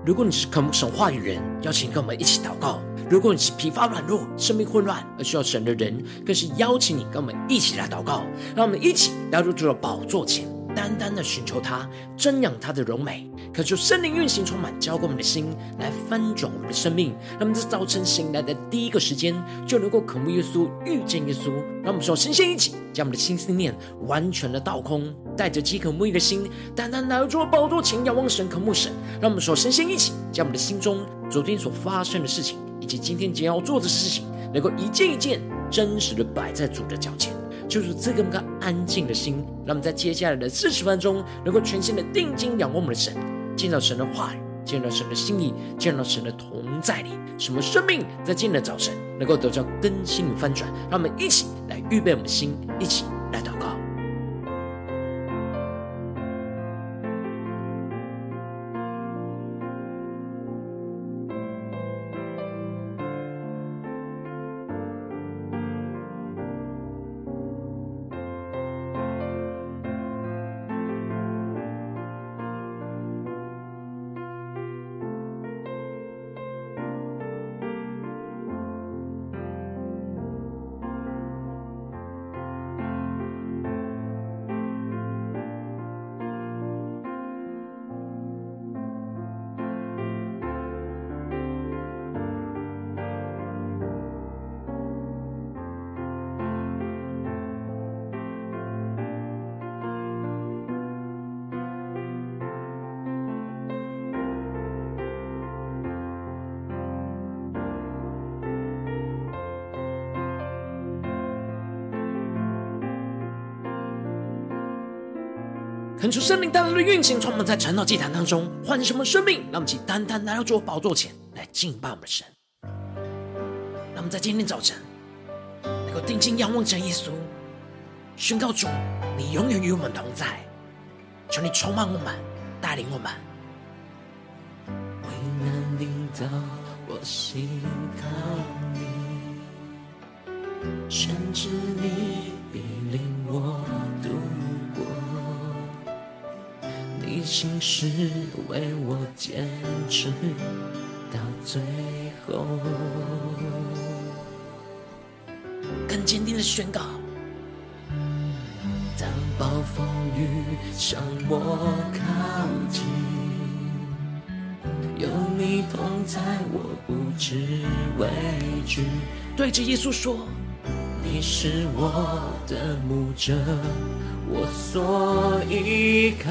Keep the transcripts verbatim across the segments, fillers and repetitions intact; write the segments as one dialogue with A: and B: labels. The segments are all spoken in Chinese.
A: 如果你是渴慕神话语人，邀请跟我们一起祷告；如果你是疲乏软弱、生命混乱而需要神的人，更是邀请你跟我们一起来祷告。让我们一起来入主的宝座前，单单的寻求他，瞻仰他的荣美，恳求圣灵运行充满，浇灌我们的心，来翻转我们的生命。让我们在早晨醒来的第一个时间，就能够渴慕耶稣，遇见耶稣。让我们说，先先一起将我们的心思念完全的倒空，带着饥渴慕义的心，单单来到宝座前，仰望神，渴慕神。让我们说，先先一起将我们的心中昨天所发生的事情，以及今天将要做的事情，能够一件一件真实的摆在主的脚前。就是这个安静的心，让我们在接下来的四十分钟，能够全心的定睛仰望我们的神，见到神的话语，见到神的心意，见到神的同在里，使我们生命在今天的早晨能够得到更新与翻转。让我们一起来预备我们的心，一起来祷告。恳求圣灵单单的运行，充满在晨祷祭坛当中，唤醒什么生命？让我们一起单单来到主宝座前来敬拜我们的神。让我们在今天早晨能够定睛仰望着耶稣，宣告主，你永远与我们同在。求你充满我们，带领我们。
B: 为难领导我心靠你，甚至你必领我度过。你心事为我坚持到最后，
A: 更坚定的宣告，
B: 当暴风雨向我靠近，有你同在，我不知畏惧。
A: 对着耶稣说，
B: 你是我的牧者，我所依靠。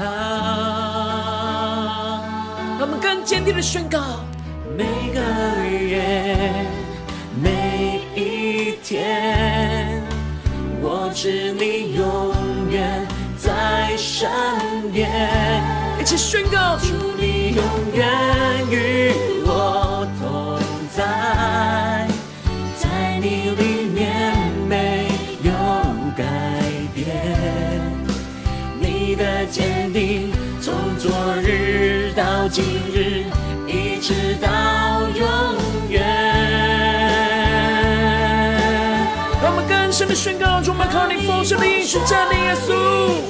A: 让我们更坚定的宣告，
B: 每个夜，每一天，我知你永远在身边。
A: 一起宣告，
B: 主你永远与我同在，在你里面没有改变，你的坚定从昨日到今日，一直到永远。
A: 让我们更深的宣告，充满靠你丰盛的应许站立耶稣，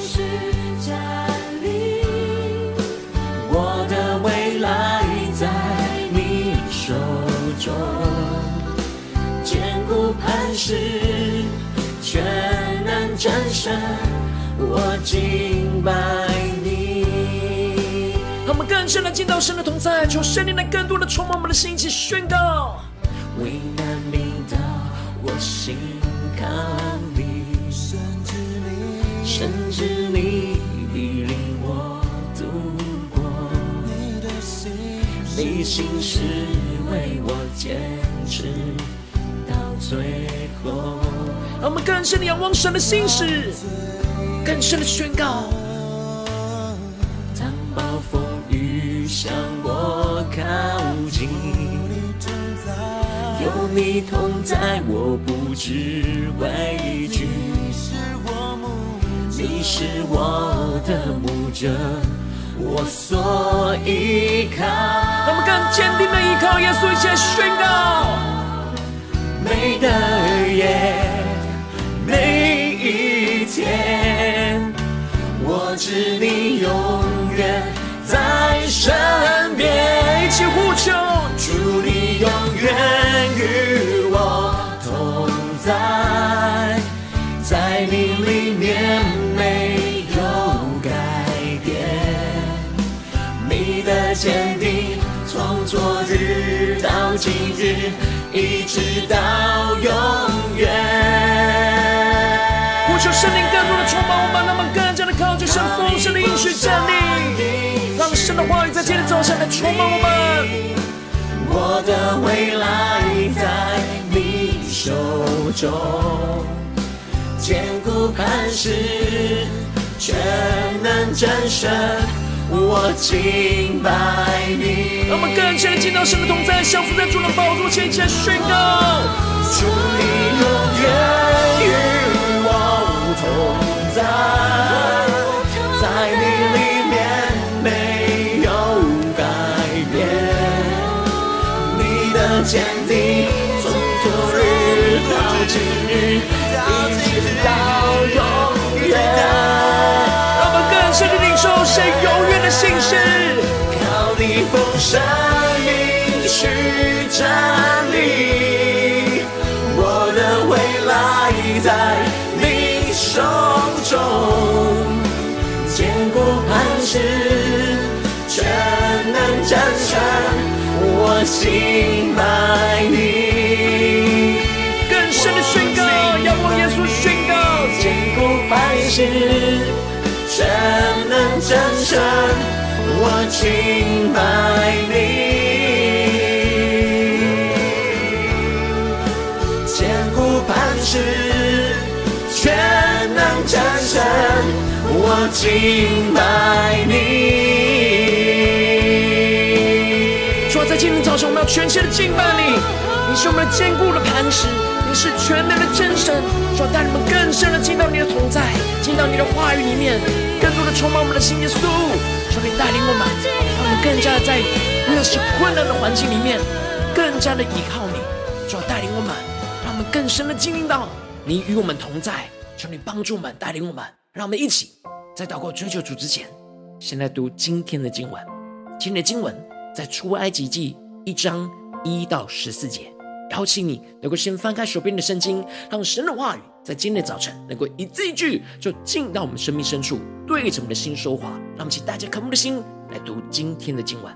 B: 我的未来在你手中，坚固磐石全能战胜，我敬拜你。
A: 让我们更深的进到神的同在，求圣灵来更多的充满我们的心，一起宣告，
B: 为难临到我心靠你，甚至你必领我度过，你心事为我坚持到最后。
A: 让我们更深的仰望神的心事，更深的宣告，
B: 当暴风雨向我靠近，有你同在，我不知畏惧。你是我的牧者，我所依靠。
A: 让我们更坚定的依靠耶稣，一起来宣告，
B: 每个夜，每一天，我知你永远在身边。一
A: 起呼求，
B: 主你永远与我同在，在你里面没有改变，你的坚定从昨日到今日，一直到永远。
A: 呼求圣灵更多的充满我们，让我们更加的靠着神丰盛的应许站立，让神的话语在今天早上来充满我们。
B: 我的未来在你手中，坚固磐石，全能战胜，我敬拜你。
A: 让我们更深的进到神的同在，降服在主的宝座前，一起来宣告：
B: 主你永远与我同在，在你里面没有改变，你的坚定从昨日到今日，一直到永远。
A: 让我们更深的领受神永远的信实，
B: 靠你丰盛应许站立，我的未来在你手中，坚固磐石，全能战胜，我敬拜你。
A: 更深的宣告，仰望耶稣宣告，
B: 坚固磐石，全能战胜，我敬拜你。坚固磐石，全能战胜，我敬拜你。
A: 主啊，在今天早上我们要全心的敬拜你，你是我们坚固的磐石，你是全能的真神。主啊，带你们更深的进到你的同在，进到你的话语里面，更多的充满我们的心。耶稣，求你带领我们，让我们更加的在越是困难的环境里面，更加的依靠你。主啊，带领我们，让我们更深的经历到你与我们同在。求你帮助我们，带领我们，让我们一起在祷告追求主之前，先来读今天的经文。今天的经文在出埃及记一章一到十四节。邀请你能够先翻开手边的圣经，让神的话语在今天的早晨能够一字一句就进到我们生命深处，对着我们的心说话。让我们请大家渴慕的心来读今天的经文。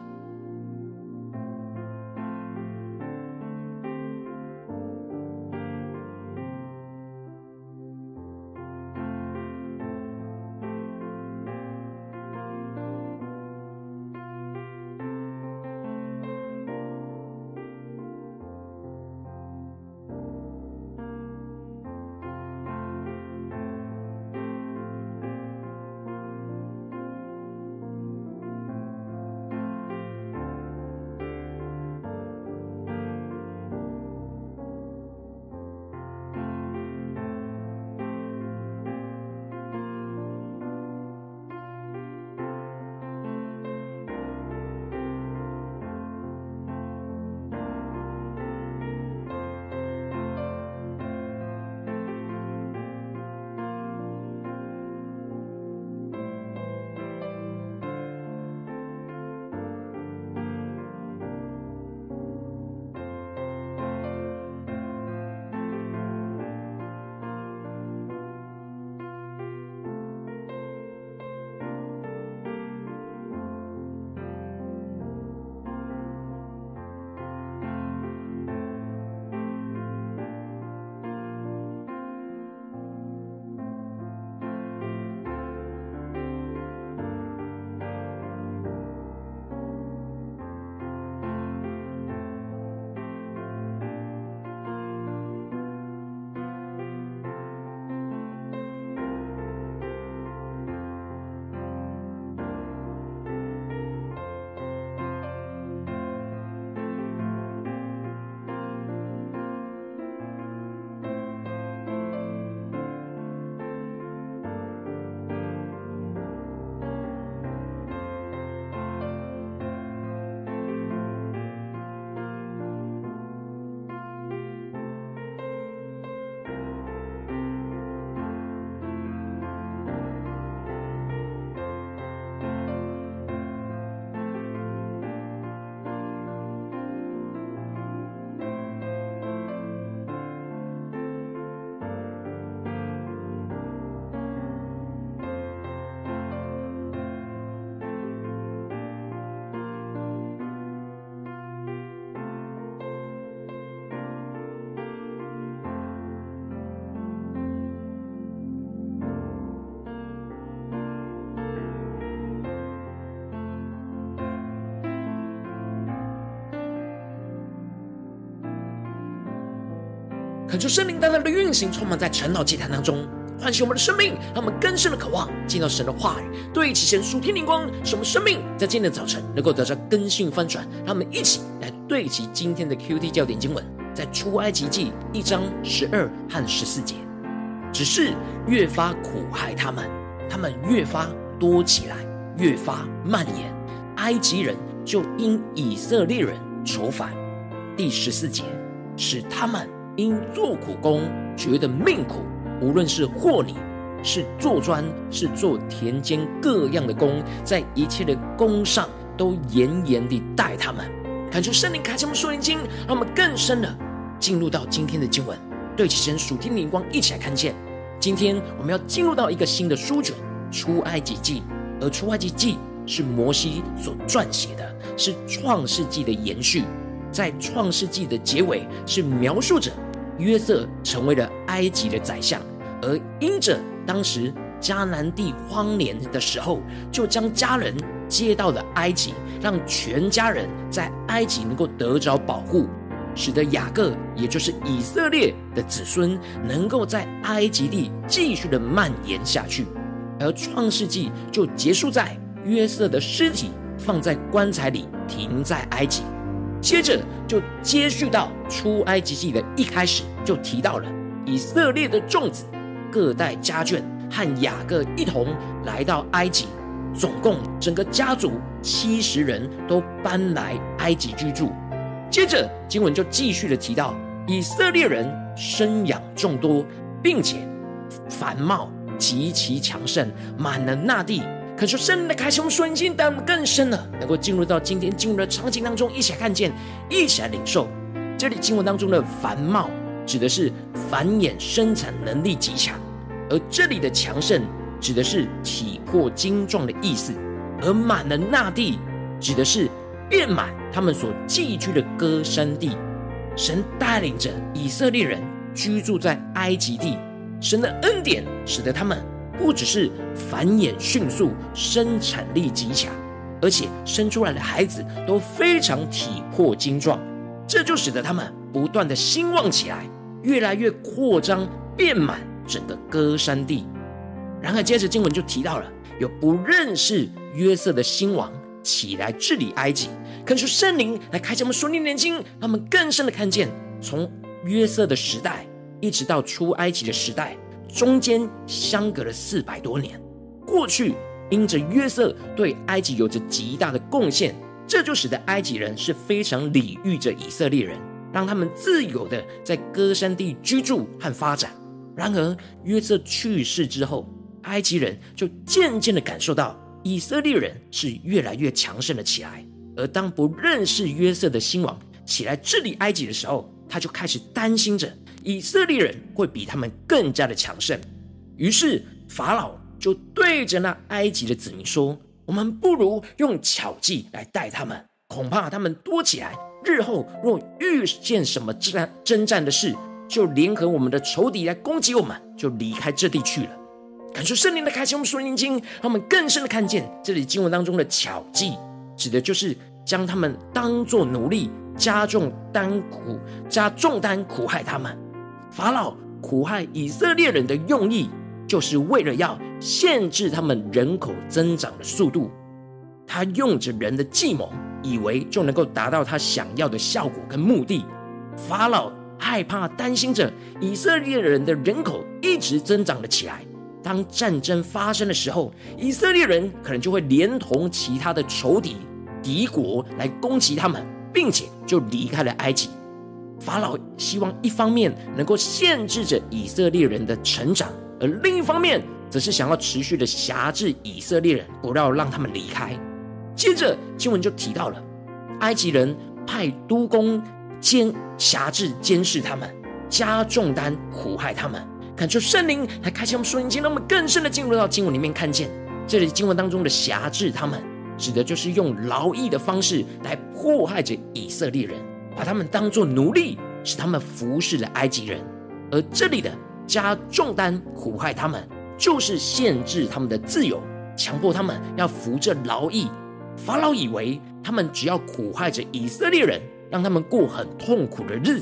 A: 恳求圣灵大大的运行，充满在晨祷祭坛当中，唤醒我们的生命，让我们更深的渴望进到神的话语，对齐神属天灵光，使我们生命在今天的早晨能够得到更新翻转。让我们一起来对齐今天的 Q T 焦点经文，在出埃及记一章十二和十四节。只是越发苦害他们，他们越发多起来，越发蔓延，埃及人就因以色列人愁烦。第十四节，使他们因做苦工觉得命苦，无论是和泥，是做砖，是做田间各样的工，在一切的工上都严严地待他们。恳求圣灵开启我们属灵经，让我们更深的进入到今天的经文，对齐神属天的灵光，一起来看见。今天我们要进入到一个新的书卷出埃及记，而出埃及记是摩西所撰写的，是创世纪的延续。在创世纪的结尾是描述着约瑟成为了埃及的宰相，而因着当时迦南地荒年的时候，就将家人接到了埃及，让全家人在埃及能够得着保护，使得雅各也就是以色列的子孙能够在埃及地继续的蔓延下去。而创世纪就结束在约瑟的尸体放在棺材里停在埃及，接着就接续到出埃及记的一开始就提到了以色列的众子各带家眷和雅各一同来到埃及，总共整个家族七十人都搬来埃及居住。接着经文就继续的提到以色列人生养众多，并且繁茂极其强盛，满了那地。恳求圣灵的开启我们属灵经，带我们更深了能够进入到今天进入的场景当中，一起来看见，一起来领受。这里经文当中的繁茂指的是繁衍生产能力极强，而这里的强盛指的是体魄精壮的意思，而满了那地指的是遍满他们所寄居的歌珊地。神带领着以色列人居住在埃及地，神的恩典使得他们不只是繁衍迅速，生产力极强，而且生出来的孩子都非常体魄精壮，这就使得他们不断的兴旺起来，越来越扩张，遍满整个歌珊地。然而接着经文就提到了有不认识约瑟的新王起来治理埃及，恳求圣灵来开启我们属灵的眼睛，让我们更深的看见，从约瑟的时代一直到出埃及的时代，中间相隔了四百多年。过去因着约瑟对埃及有着极大的贡献，这就使得埃及人是非常礼遇着以色列人，让他们自由的在歌珊地居住和发展。然而约瑟去世之后，埃及人就渐渐的感受到以色列人是越来越强盛了起来，而当不认识约瑟的新王起来治理埃及的时候，他就开始担心着以色列人会比他们更加的强盛。于是法老就对着那埃及的子民说，我们不如用巧计来待他们，恐怕他们多起来，日后若遇见什么征战的事，就联合我们的仇敌来攻击我们，就离开这地去了。感受圣灵的开启我们属灵经，让我们更深的看见这里经文当中的巧计，指的就是将他们当作奴隶，加重担苦加重担苦害他们。法老苦害以色列人的用意，就是为了要限制他们人口增长的速度。他用着人的计谋，以为就能够达到他想要的效果跟目的。法老害怕担心着以色列人的人口一直增长了起来，当战争发生的时候，以色列人可能就会连同其他的仇敌敌国来攻击他们，并且就离开了埃及。法老希望一方面能够限制着以色列人的成长，而另一方面则是想要持续的辖制以色列人，不要让他们离开。接着经文就提到了埃及人派督工监辖制监视他们，加重担苦害他们。恳求圣灵来开启我们属灵经，让我们更深的进入到经文里面，看见这里经文当中的辖制他们，指的就是用劳役的方式来迫害着以色列人，把他们当作奴隶，使他们服侍了埃及人。而这里的加重担苦害他们，就是限制他们的自由，强迫他们要服着劳役。法老以为他们只要苦害着以色列人，让他们过很痛苦的日子，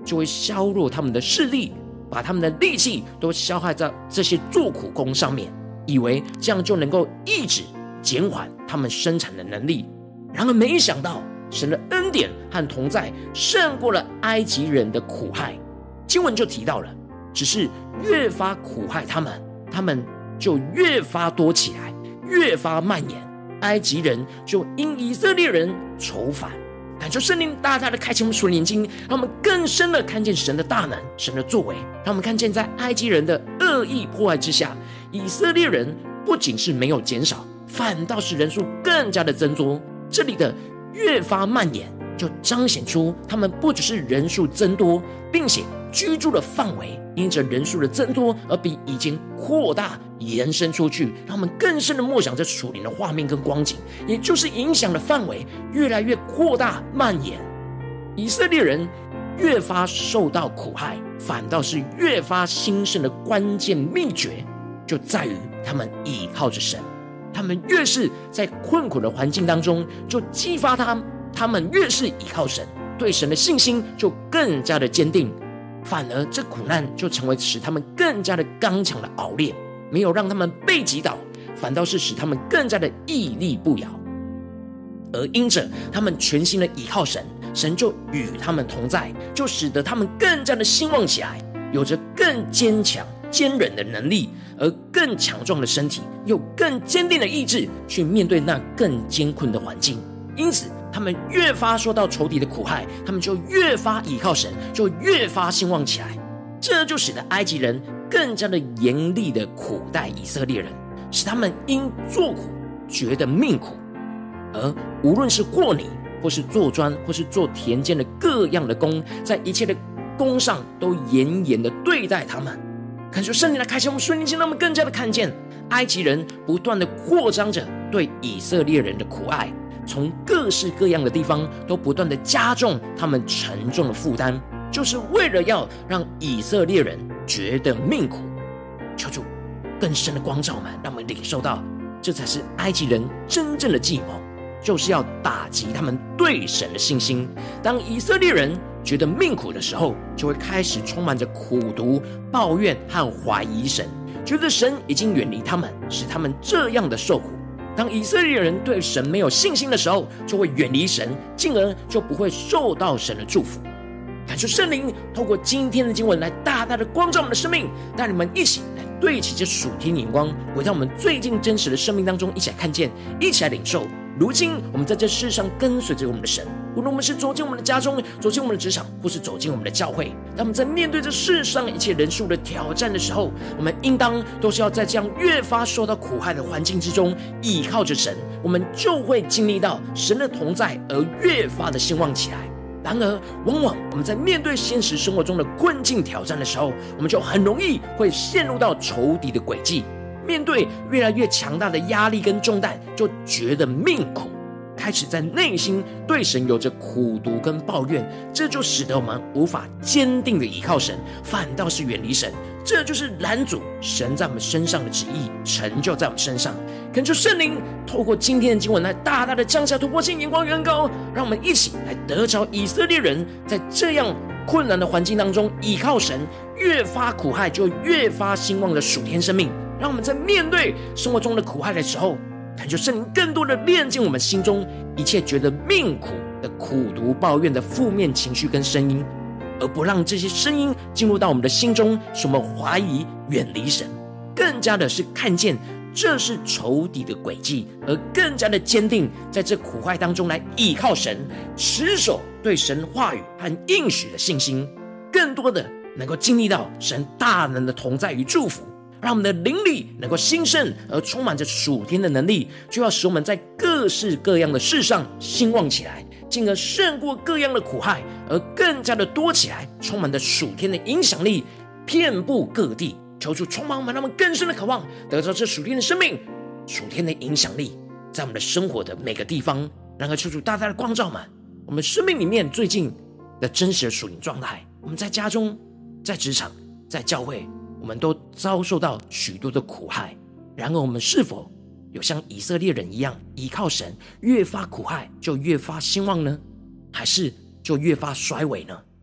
A: 就会削弱他们的势力，把他们的力气都消耗在这些做苦工上面，以为这样就能够抑制减缓他们生产的能力。然而没想到神的恩典和同在胜过了埃及人的苦害。经文就提到了，只是越发苦害他们，他们就越发多起来，越发蔓延，埃及人就因以色列人愁烦。感受圣灵大大的开启我们属灵眼睛，让我们更深的看见神的大能，神的作为，让我们看见在埃及人的恶意破坏之下，以色列人不仅是没有减少，反倒是人数更加的增多。这里的越发蔓延就彰显出他们不只是人数增多，并且居住的范围因着人数的增多而比以前扩大延伸出去，让我们更深的默想这属灵的画面跟光景，也就是影响的范围越来越扩大蔓延。以色列人越发受到苦害，反倒是越发兴盛的关键秘诀就在于他们倚靠着神。他们越是在困苦的环境当中，就激发他们他们越是倚靠神，对神的信心就更加的坚定，反而这苦难就成为使他们更加的刚强的熬炼，没有让他们被击倒，反倒是使他们更加的屹立不摇。而因着他们全心的倚靠神，神就与他们同在，就使得他们更加的兴旺起来，有着更坚强坚韧的能力，而更强壮的身体，有更坚定的意志去面对那更艰困的环境。因此他们越发受到仇敌的苦害，他们就越发倚靠神，就越发兴旺起来。这就使得埃及人更加的严厉的苦待以色列人，使他们因做苦觉得命苦，而无论是和泥或是做砖或是做田间的各样的工，在一切的工上都严严的对待他们。恳求圣灵来开启我们属灵眼睛，让我们更加的看见埃及人不断的扩张着对以色列人的苦爱，从各式各样的地方都不断的加重他们沉重的负担，就是为了要让以色列人觉得命苦。求主更深的光照们，让我们领受到这才是埃及人真正的计谋，就是要打击他们对神的信心。当以色列人觉得命苦的时候，就会开始充满着苦毒、抱怨和怀疑神，觉得神已经远离他们，使他们这样的受苦。当以色列人对神没有信心的时候，就会远离神，进而就不会受到神的祝福。感谢圣灵透过今天的经文来大大的光照我们的生命，带你们一起来对齐这属天眼光，回到我们最近真实的生命当中，一起来看见，一起来领受。如今我们在这世上跟随着我们的神，无论我们是走进我们的家中，走进我们的职场，或是走进我们的教会，当我们在面对这世上一切人数的挑战的时候，我们应当都是要在这样越发受到苦害的环境之中，依靠着神，我们就会经历到神的同在，而越发的兴旺起来。然而往往我们在面对现实生活中的困境挑战的时候，我们就很容易会陷入到仇敌的诡计，面对越来越强大的压力跟重担，就觉得命苦，开始在内心对神有着苦毒跟抱怨，这就使得我们无法坚定的依靠神，反倒是远离神。这就是拦阻神在我们身上的旨意成就在我们身上。恳求圣灵透过今天的经文来大大的降下突破性眼光远高，让我们一起来得着以色列人在这样困难的环境当中依靠神，越发苦害就越发兴旺的属天生命。让我们在面对生活中的苦害的时候，恳求圣灵更多的炼净我们心中一切觉得命苦的苦毒抱怨的负面情绪跟声音，而不让这些声音进入到我们的心中，使我们怀疑远离神，更加的是看见这是仇敌的诡计，而更加的坚定在这苦害当中来依靠神，持守对神话语和应许的信心，更多的能够经历到神大能的同在与祝福，让我们的灵力能够兴盛，而充满着属天的能力，就要使我们在各式各样的事上兴旺起来，进而胜过各样的苦害，而更加的多起来，充满着属天的影响力，遍布各地。求主充满我们，让我们更深的渴望得到这属天的生命、属天的影响力，在我们的生活的每个地方。然而求主大大的光照们，我们生命里面最近的真实的属灵状态，我们在家中、在职场、在教会，我们都遭受到许多的苦害。然而我们是否有像以色列人一样依靠神，越发苦害就越发兴旺呢？还是就越发衰微呢？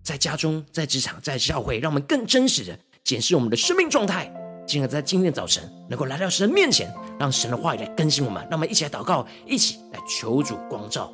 A: 在家中、在职场、在教会，让我们更真实的检视我们的生命状态，进而在今天早晨能够来到神面前，让神的话语来更新我们。让我们一起来祷告，一起来求主光照。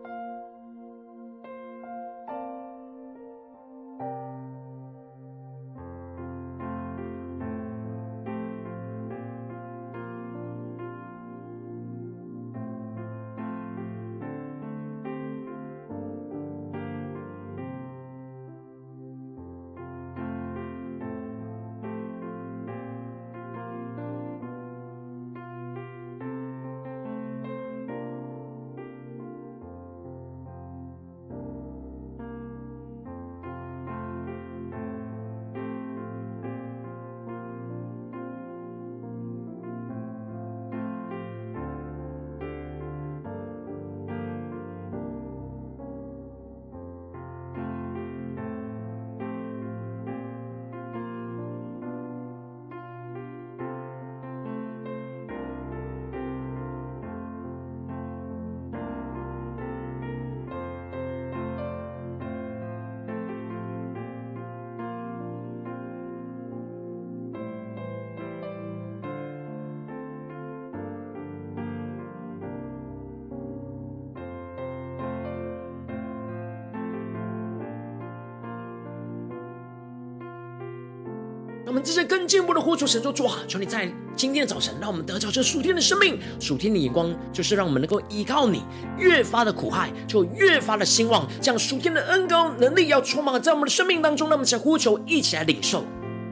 A: 让我们这些更进一步的呼求神说，主啊，求你在今天的早晨让我们得着这属天的生命，属天的眼光，就是让我们能够依靠你，越发的苦害就越发的兴旺，这样属天的恩膏能力要充满在我们的生命当中。让我们一起来呼求，一起来领受。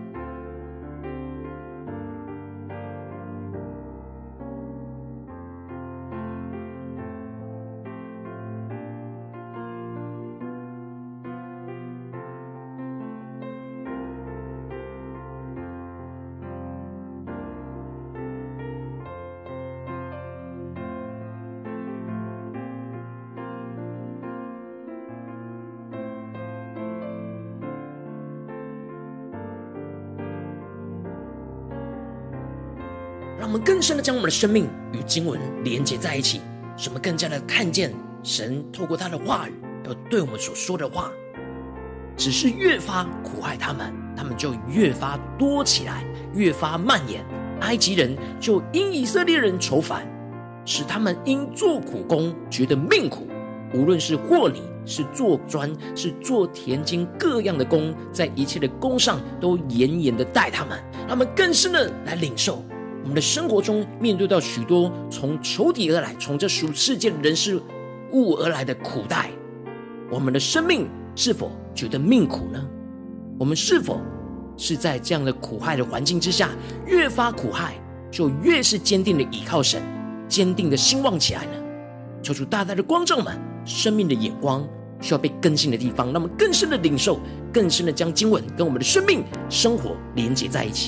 A: 让我们更深的将我们的生命与经文连接在一起，使我们更加的看见神透过他的话语要对我们所说的话，只是越发苦害他们，他们就越发多起来，越发蔓延。埃及人就因以色列人愁烦，使他们因做苦工觉得命苦，无论是和泥，是做砖，是做田间各样的工，在一切的工上都严严的待他们。让我们更深的来领受，我们的生活中面对到许多从仇敌而来，从这属世界的人事物而来的苦待，我们的生命是否觉得命苦呢？我们是否是在这样的苦害的环境之下，越发苦害就越是坚定的倚靠神，坚定的兴旺起来呢？求主大大的光照们生命的眼光需要被更新的地方，让我们更深的领受，更深的将经文跟我们的生命生活连结在一起。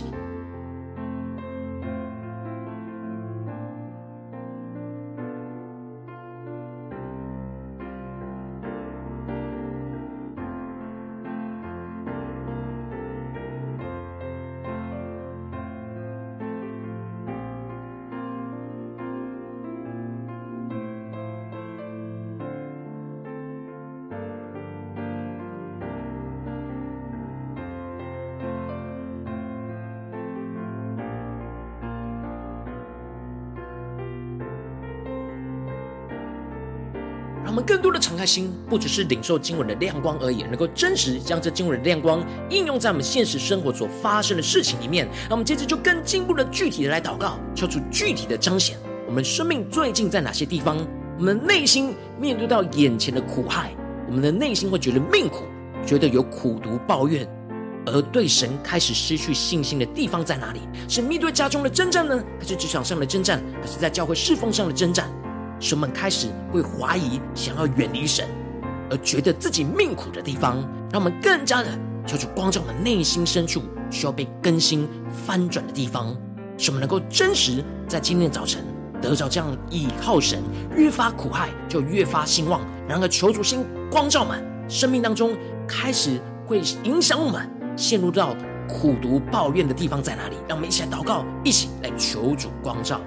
A: 让我们更多的敞开心，不只是领受经文的亮光而已，能够真实将这经文的亮光应用在我们现实生活所发生的事情里面。让我们接着就更进一步的具体的来祷告，求主具体的彰显我们生命最近在哪些地方，我们的内心面对到眼前的苦害，我们的内心会觉得命苦，觉得有苦毒抱怨，而对神开始失去信心的地方在哪里？是面对家中的征战呢，还是职场上的征战，还是在教会侍奉上的征战？使我们开始会怀疑，想要远离神，而觉得自己命苦的地方，让我们更加的求主光照我们内心深处需要被更新翻转的地方，使我们能够真实在今天早晨得着这样倚靠神，越发苦害就越发兴旺。然而求主先光照我们生命当中开始会影响我们陷入到苦毒抱怨的地方在哪里？让我们一起来祷告，一起来求主光照。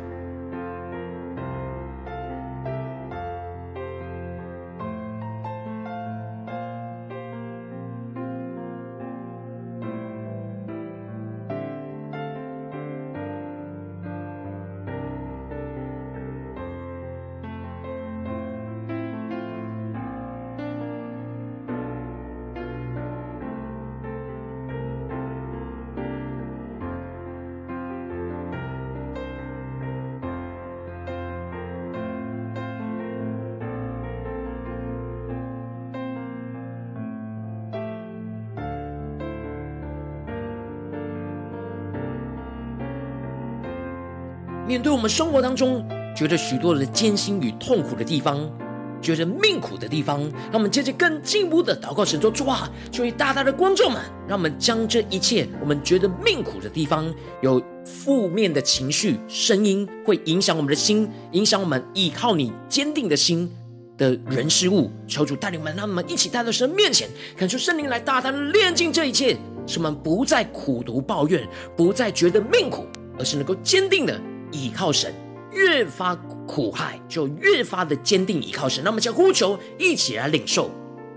A: 面对我们生活当中觉得许多的艰辛与痛苦的地方，觉得命苦的地方，让我们接着更进一步的祷告神说，主啊，求你大大的光照们，让我们将这一切我们觉得命苦的地方，有负面的情绪声音会影响我们的心，影响我们依靠你坚定的心的人事物，求主带领我们，让我们一起带到神面前，恳求圣灵来大胆的炼净这一切，使我们不再苦毒抱怨，不再觉得命苦，而是能够坚定的依靠神，越发苦害就越发的坚定依靠神。让我们将呼求一起来领受。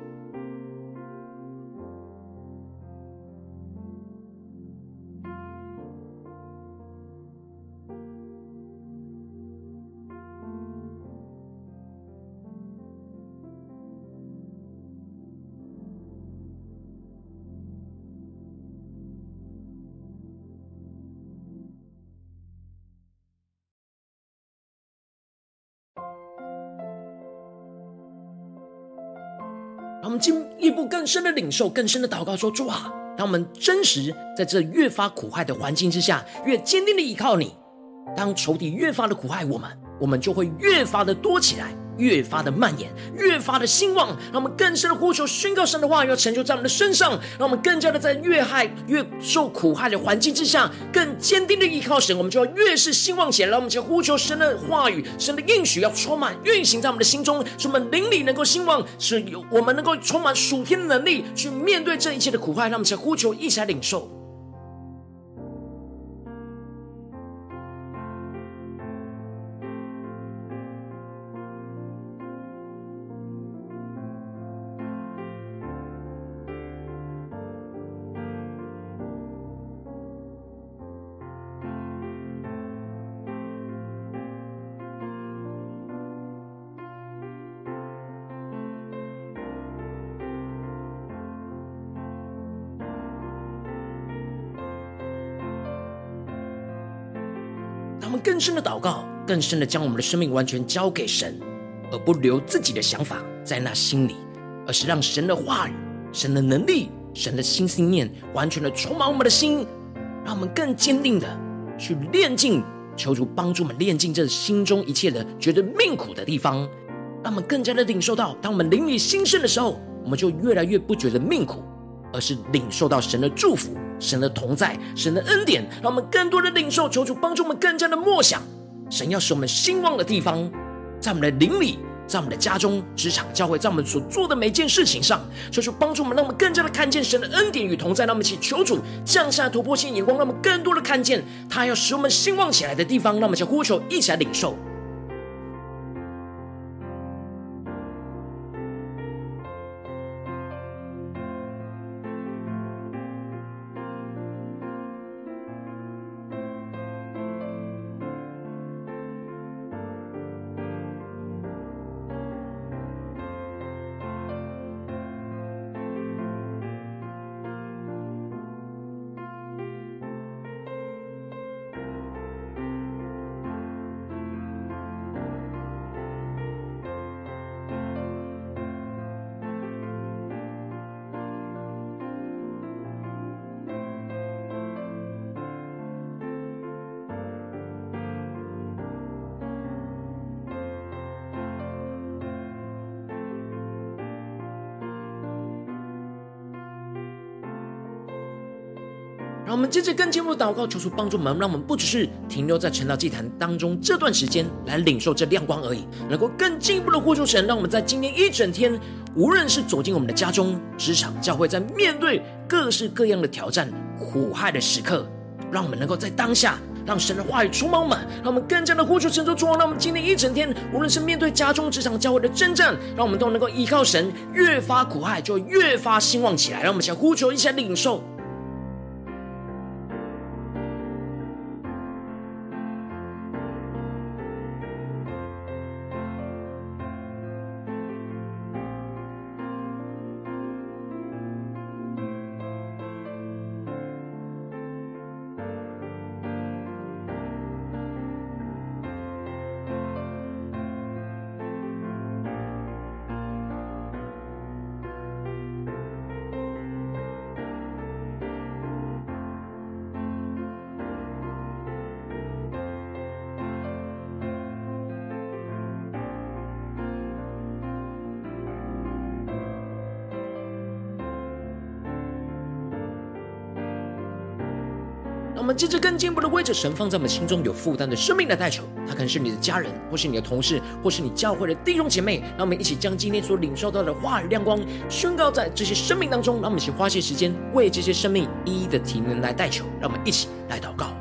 A: 让我们进一步更深的领受，更深的祷告说，主啊，让我们真实在这越发苦害的环境之下，越坚定的依靠你。当仇敌越发的苦害我们，我们就会越发的多起来，越发的蔓延，越发的兴旺。让我们更深的呼求宣告神的话语要成就在我们的身上，让我们更加的在越害越受苦害的环境之下，更坚定的依靠神，我们就要越是兴旺起来。让我们就呼求神的话语，神的应许要充满运行在我们的心中，使我们灵里能够兴旺，使我们能够充满属天的能力去面对这一切的苦害。让我们就呼求一起来领受。我们更深的祷告，更深的将我们的生命完全交给神，而不留自己的想法在那心里，而是让神的话语、神的能力、神的新信念完全的充满我们的心，让我们更坚定的去炼净，求主帮助我们炼净这心中一切的觉得命苦的地方，让我们更加的领受到，当我们灵里兴盛的时候，我们就越来越不觉得命苦，而是领受到神的祝福、神的同在、神的恩典，让我们更多的领受。求主帮助我们更加的默想神要使我们兴旺的地方，在我们的灵里，在我们的家中、职场、教会，在我们所做的每件事情上，求主帮助我们，让我们更加的看见神的恩典与同在。让我们一起求主降下突破性眼光，让我们更多的看见他要使我们兴旺起来的地方。让我们一起呼求，一起来领受。让我们接着更进一步祷告，求主帮助我们，让我们不只是停留在晨祷祭坛当中这段时间来领受这亮光而已，能够更进一步的呼求神，让我们在今天一整天，无论是走进我们的家中、职场、教会，在面对各式各样的挑战、苦害的时刻，让我们能够在当下让神的话语充满我们，让我们更加的呼求神说主啊，让我们今天一整天，无论是面对家中、职场、教会的征战，让我们都能够依靠神，越发苦害就越发兴旺起来。让我们想呼求一下领受。 我们接着更进一步的为着神放在我们心中有负担的生命来代求，他可能是你的家人，或是你的同事，或是你教会的弟兄姐妹。让我们一起将今天所领受到的话语亮光宣告在这些生命当中，让我们一起花些时间为这些生命一一的提名来代求。让我们一起来祷告。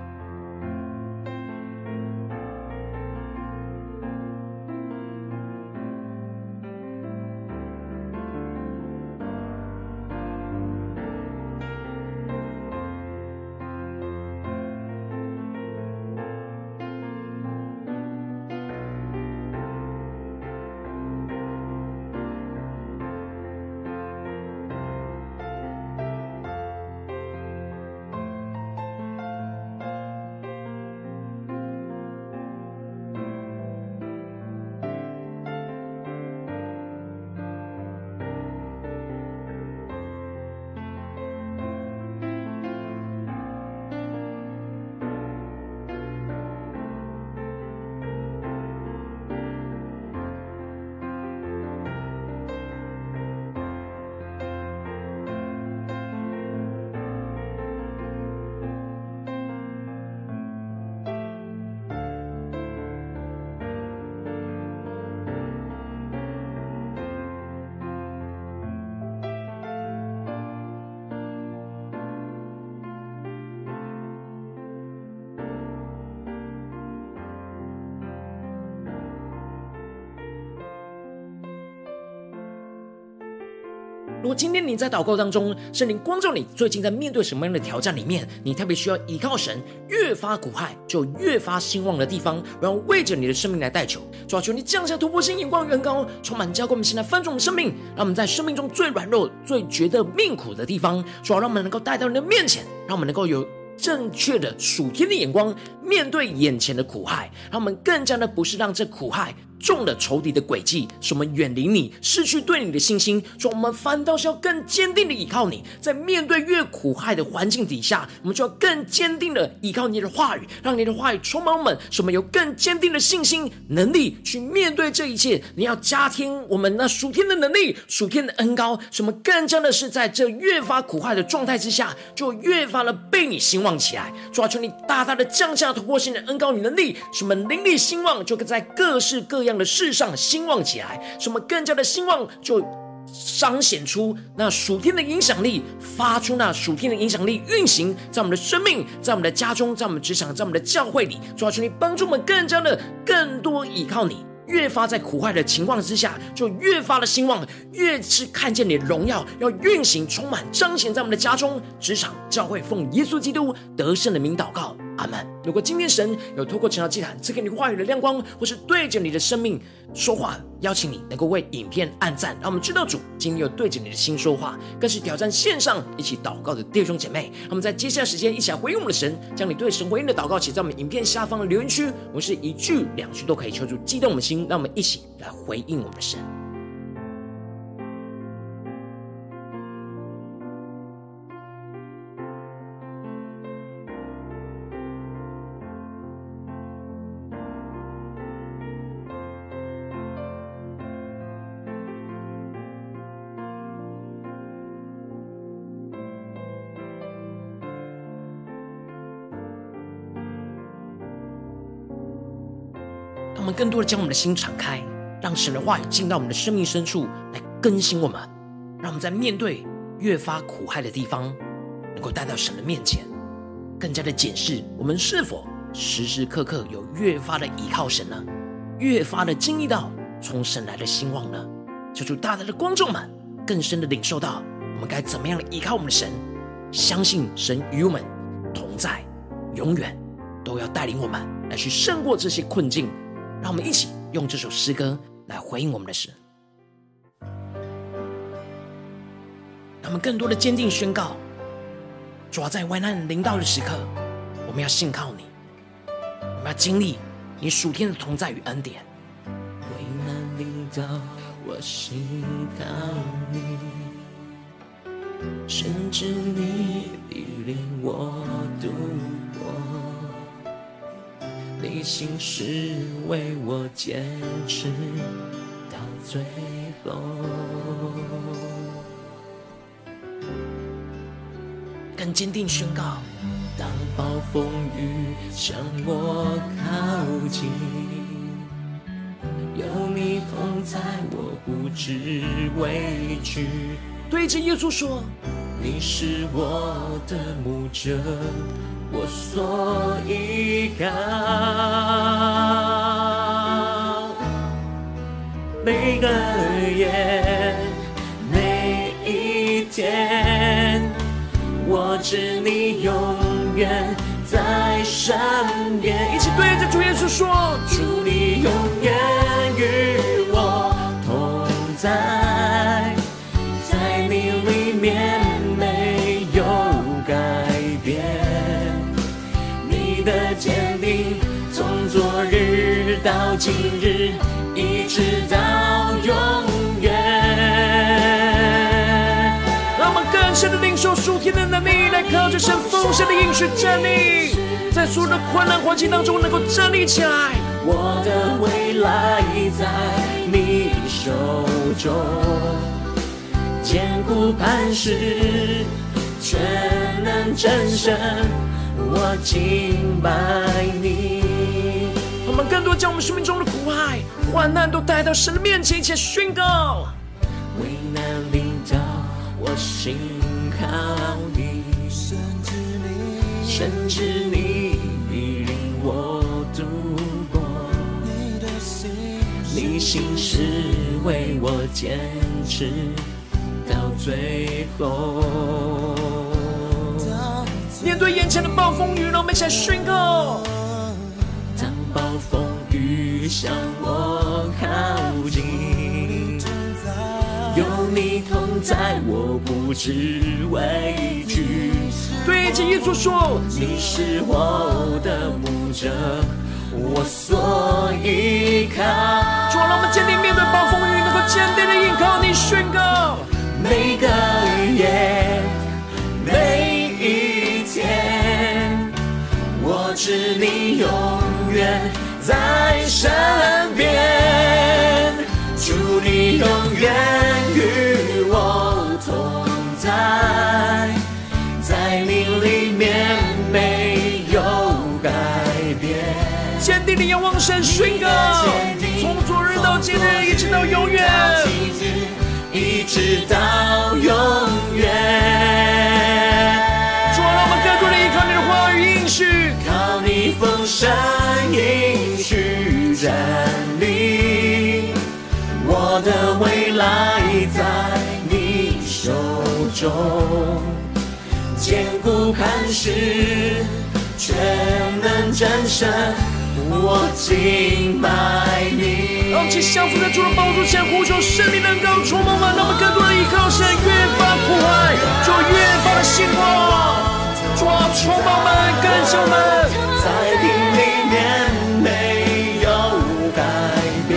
A: 如果今天你在祷告当中，圣灵光照你最近在面对什么样的挑战里面，你特别需要依靠神，越发苦害就越发兴旺的地方，然后为着你的生命来代求。主啊，求你降下突破性眼光远高，充满浇灌我们现在翻转我们生命，让我们在生命中最软弱最觉得命苦的地方，主啊，让我们能够带到你的面前，让我们能够有正确的属天的眼光面对眼前的苦害，让我们更加的不是让这苦害中了仇敌的诡计，使我们远离你，失去对你的信心。说我们反倒是要更坚定的依靠你，在面对越苦害的环境底下，我们就要更坚定的依靠你的话语，让你的话语充满我们，使我们有更坚定的信心能力去面对这一切。你要加添我们那属天的能力，属天的恩膏，使我们更加的是在这越发苦害的状态之下，就越发的被你兴旺起来。主啊，求你大大的降下突破性的恩膏与能力，使我们灵力兴旺，就在各式各样的事上兴旺起来，使我们更加的兴旺，就彰显出那属天的影响力，发出那属天的影响力，运行在我们的生命，在我们的家中，在我们职场，在我们的教会里。主啊，求你帮助我们更加的更多依靠你，越发在苦害的情况之下，就越发的兴旺，越是看见你的荣耀要运行充满彰显在我们的家中、职场、教会，奉耶稣基督得胜的名祷告，阿们。如果今天神有透过晨祷祭坛赐给你话语的亮光，或是对着你的生命说话，邀请你能够为影片按赞，让我们知道主今天有对着你的心说话，更是挑战线上一起祷告的弟兄姐妹。让我们在接下来时间一起来回应我们的神，将你对神回应的祷告写在我们影片下方的留言区，我们是一句两句都可以求助激动我们的心，让我们一起来回应我们的神。让我们更多的将我们的心敞开，让神的话语进到我们的生命深处来更新我们，让我们在面对越发苦害的地方能够带到神的面前，更加的检视我们是否时时刻刻有越发的依靠神呢，越发的经历到从神来的兴旺呢。求主大大的观众们更深的领受到我们该怎么样的依靠我们的神，相信神与我们同在，永远都要带领我们来去胜过这些困境。让我们一起用这首诗歌来回应我们的神，让我们更多的坚定宣告，主啊，在危难临到的时刻，我们要信靠你，我们要经历你属天的同在与恩典。
B: 危难临到，我信靠你，甚至你领领我度过，你心是为我坚持到最后。
A: 更坚定宣告，
B: 当暴风雨向我靠近，有你同在，我不知畏惧。
A: 对着耶稣说，
B: 你是我的牧者，我所依靠。每个夜，每一天，我知你永远在身边。
A: 一起对着主耶稣说，
B: 主你永远与我同在，在你里面没有改变，你的坚定从昨日到今日，一直到永远。
A: 让我们更深的领受属天的能力，来靠着神丰盛的应许站立，在所有的困难环境当中能够站立起来。
B: 我的未来在你手中，坚固磐石，全能战胜，我敬拜你。
A: 我们更多将我们生命中的苦害、患难都带到神的面前，一起宣告。
B: 危难临到，我心靠你，甚至你，甚至你必领我度过。你的心，你心是为我坚持到最后。
A: 面对眼前的暴风雨，让我们一起来宣告。
B: 当暴风雨向我靠近，有你同在，我不知畏惧。
A: 对着耶稣说，
B: 你是我的牧者，我所依靠。
A: 主啊，让我们坚定面对暴风雨，能够坚定的依靠你，宣告。
B: 每个夜，每一天，我知你永远在身边，主你永远与我同在，在你里面没有改变。
A: 坚定的仰望神，宣告，从昨日到今日，一直到永远，
B: 一直到永远。
A: 主啊，让我们更多的依靠你的话语应许，
B: 靠你丰盛应许站立，我的未来在你手中，坚固磐石，全能战胜，我敬拜你。
A: 让我们一起相扶在主的宝座前，呼求圣灵能够充满我们，让我们更多的依靠神，越发苦海，就越发的兴旺。主啊，充满我们，更新我们，
B: 在你里面没有改变，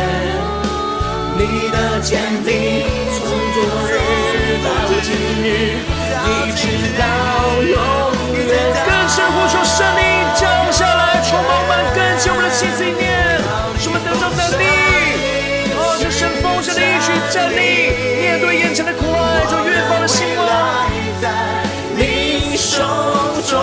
B: 你的坚定从昨日到今日，一直到永远。
A: 更深呼求圣灵降下来，充满我们，更新我们的心思意念，使我们得着能力，靠着神丰盛的应许站立，面对眼前的苦海，就越发的兴旺。
B: 你手中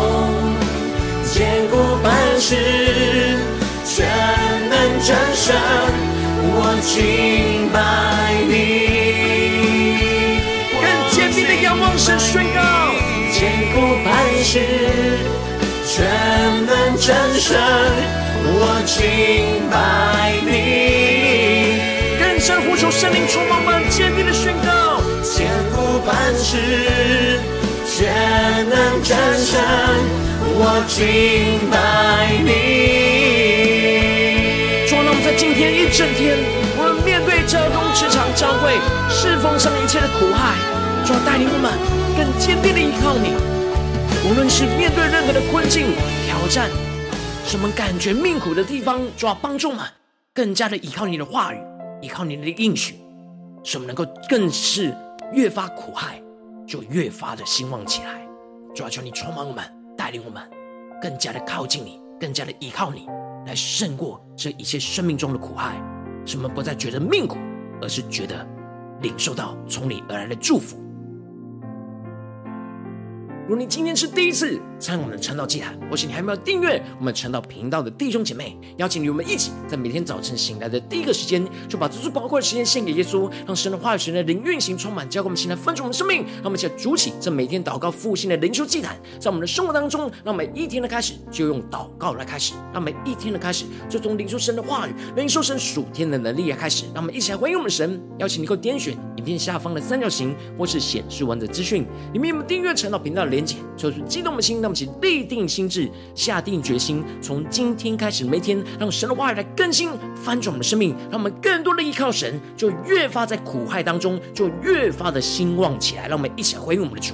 B: 坚固磐石，全能战胜，我敬拜你。
A: 更坚定的仰望神，宣告，
B: 坚固磐石，全能战胜，我敬拜你。
A: 更深呼求圣灵充满我们，坚定的宣告，
B: 坚固磐石，全能战胜，我敬拜你。
A: 主啊，让我们在今天一整天，无论面对教中、职场、教会、侍奉上一切的苦害，主啊，带领我们更坚定的依靠你。无论是面对任何的困境、挑战，使我们感觉命苦的地方，主啊，帮助我们更加的依靠你的话语，依靠你的应许，使我们能够更是越发苦害，就越发的兴旺起来。主啊，求你充满我们，带领我们更加的靠近你，更加的依靠你，来胜过这一切生命中的苦害，使我们不再觉得命苦，而是觉得领受到从你而来的祝福。如果你今天是第一次参与我们的晨祷祭坛，或是你还没有订阅我们晨祷频道的弟兄姐妹，邀请你我们一起在每天早晨醒来的第一个时间，就把这最宝贵的时间献给耶稣，让神的话语、神的灵运行充满，交给我们现在分盛我们的生命。让我们一起来主起这每天祷告复兴的灵修祭坛，在我们的生活当中，让每一天的开始就用祷告来开始，让每一天的开始就从领受神的话语、领受神属天的能力来开始。让我们一起来回应我们的神。邀请你给我点选影片下方的三角形，或是显示完整资讯里面有没有订阅晨祷频道的连结，就是激动的心。让我们一起立定心志，下定决心，从今天开始，每天让神的话语来更新翻转我们的生命，让我们更多的依靠神，就越发在苦害当中就越发的兴旺起来。让我们一起来回应我们的主。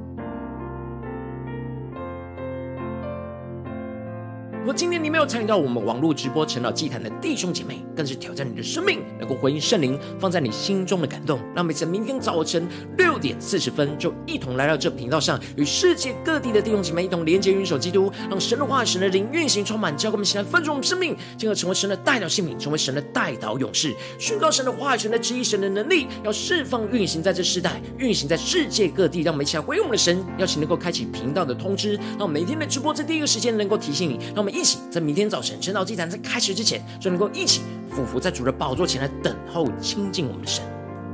A: 如果今天你没有参与到我们网络直播晨祷祭坛的弟兄姐妹，更是挑战你的生命，能够回应圣灵放在你心中的感动。让我们在明天早晨六点四十分，就一同来到这频道上，与世界各地的弟兄姐妹一同连接、运手基督，让神的话、神的灵运行充满，教给我们起来分盛我们生命，进而成为神的代祷性命，成为神的代祷勇士，宣告神的话语、神的旨意、神的能力，要释放、运行在这世代，运行在世界各地。让我们一起来回应我们的神，邀请能够开启频道的通知，让每天的直播在第一个时间能够提醒你。让我们一起在明天早晨晨祷祭坛在开始之前，就能够一起俯伏在主的宝座前来等候亲近我们的神。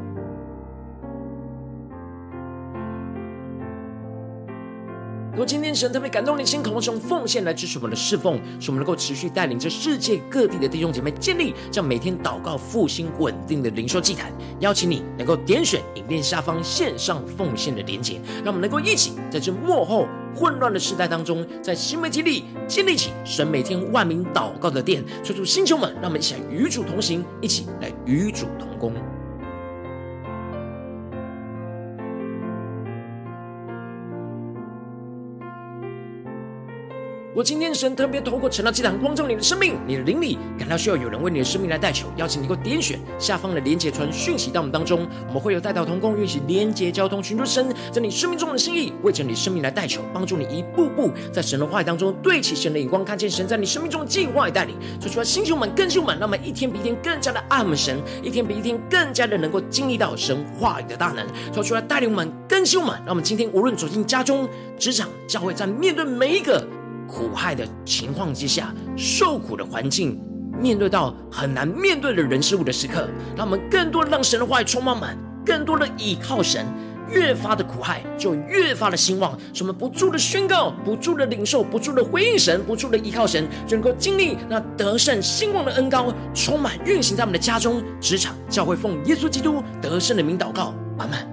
A: 如果今天神特别感动你的心，渴望用奉献来支持我们的侍奉，使我们能够持续带领着世界各地的弟兄姐妹建立这样每天祷告复兴稳定的灵修祭坛。邀请你能够点选影片下方线上奉献的连结，让我们能够一起在这末后混乱的时代当中，在新媒体里建立起神每天万名祷告的殿。催促星球们，让我们一起来与主同行，一起来与主同工。如果今天神特别透过晨祷祭坛光照你的生命，你的灵里感到需要有人为你的生命来代求，邀请你给我点选下方的连结，传讯息到我们当中。我们会有代祷同工运行连结交通，寻求神在你生命中的心意，为着你生命来代求，帮助你一步步在神的话语当中对齐神的眼光，看见神在你生命中的计划与带领。所以说星球们更新们，让我们一天比一天更加的爱我们神，一天比一天更加的能够经历到神话语的大能。所以说带领我们更新我们，让我们今天无论走进家中、职场、教会，在面对每一个苦害的情况之下，受苦的环境，面对到很难面对的人事物的时刻，让我们更多的让神的话语充满满，更多的倚靠神，越发的苦害就越发的兴旺。使我们不住的宣告，不住的领受，不住的回应神，不住的依靠神，就能够经历那得胜兴旺的恩膏充满运行在我们的家中、职场、教会，奉耶稣基督得胜的名祷告，阿们。